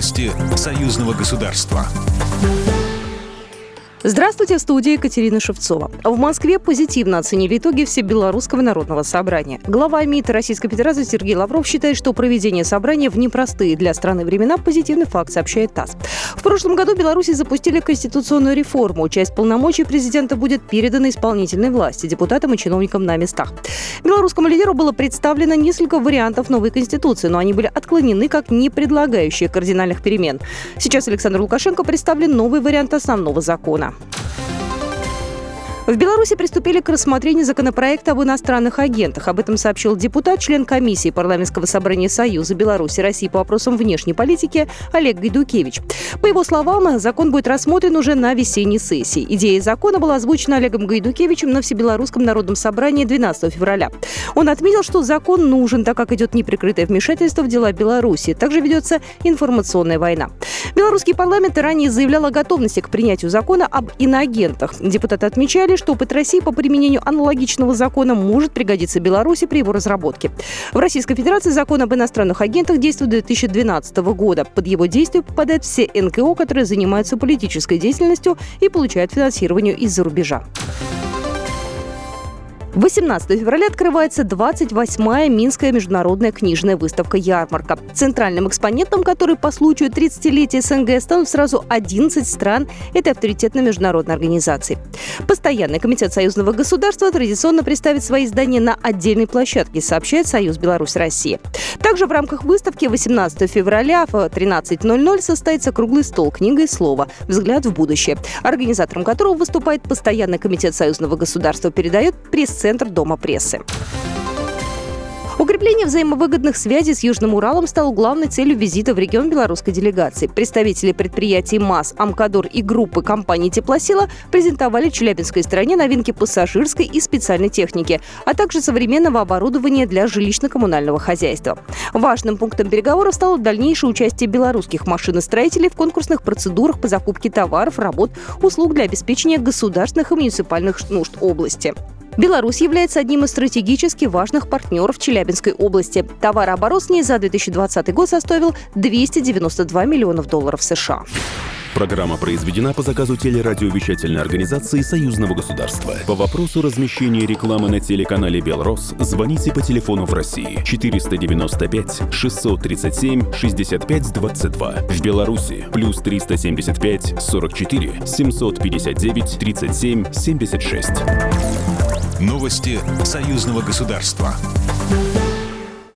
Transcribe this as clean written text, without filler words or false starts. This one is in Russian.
Новости союзного государства. Здравствуйте, в студии Екатерина Шевцова. В Москве позитивно оценили итоги Всебелорусского народного собрания. Глава МИД Российской Федерации Сергей Лавров считает, что проведение собрания в непростые для страны времена позитивный факт, сообщает ТАСС. В прошлом году в Беларуси запустили конституционную реформу. Часть полномочий президента будет передана исполнительной власти, депутатам и чиновникам на местах. Белорусскому лидеру было представлено несколько вариантов новой конституции, но они были отклонены как не предлагающие кардинальных перемен. Сейчас Александру Лукашенко представлен новый вариант основного закона. В Беларуси приступили к рассмотрению законопроекта об иностранных агентах. Об этом сообщил депутат, член комиссии парламентского собрания Союза Беларуси России по вопросам внешней политики Олег Гайдукевич. По его словам, закон будет рассмотрен уже на весенней сессии. Идея закона была озвучена Олегом Гайдукевичем на Всебелорусском народном собрании 12 февраля. Он отметил, что закон нужен, так как идет неприкрытое вмешательство в дела Беларуси. Также ведется информационная война. Белорусский парламент ранее заявлял о готовности к принятию закона об иноагентах. Депутаты отмечали, что опыт России по применению аналогичного закона может пригодиться Беларуси при его разработке. В Российской Федерации закон об иностранных агентах действует с 2012 года. Под его действие попадают все НКО, которые занимаются политической деятельностью и получают финансирование из-за рубежа. 18 февраля открывается 28-я Минская международная книжная выставка-ярмарка. Центральным экспонентом которой по случаю 30-летия СНГ станут сразу 11 стран этой авторитетной международной организации. Постоянный комитет союзного государства традиционно представит свои издания на отдельной площадке, сообщает Союз Беларусь-Россия. Также в рамках выставки 18 февраля в 13:00 состоится круглый стол «Книга и слово. Взгляд в будущее», организатором которого выступает Постоянный комитет союзного государства, передает пресс-центр Дома прессы. Укрепление взаимовыгодных связей с Южным Уралом стало главной целью визита в регион белорусской делегации. Представители предприятий МАЗ, Амкадор и группы компании «Теплосила» презентовали челябинской стороне новинки пассажирской и специальной техники, а также современного оборудования для жилищно-коммунального хозяйства. Важным пунктом переговоров стало дальнейшее участие белорусских машиностроителей в конкурсных процедурах по закупке товаров, работ, услуг для обеспечения государственных и муниципальных нужд области. Беларусь является одним из стратегически важных партнеров Челябинской области. Товарооборот с ней за 2020 год составил $292 миллиона США. Программа произведена по заказу телерадиовещательной организации Союзного государства. По вопросу размещения рекламы на телеканале «Белрос» звоните по телефону в России 495 637 65 22. В Беларуси + 375 44 759 37 76. Новости союзного государства.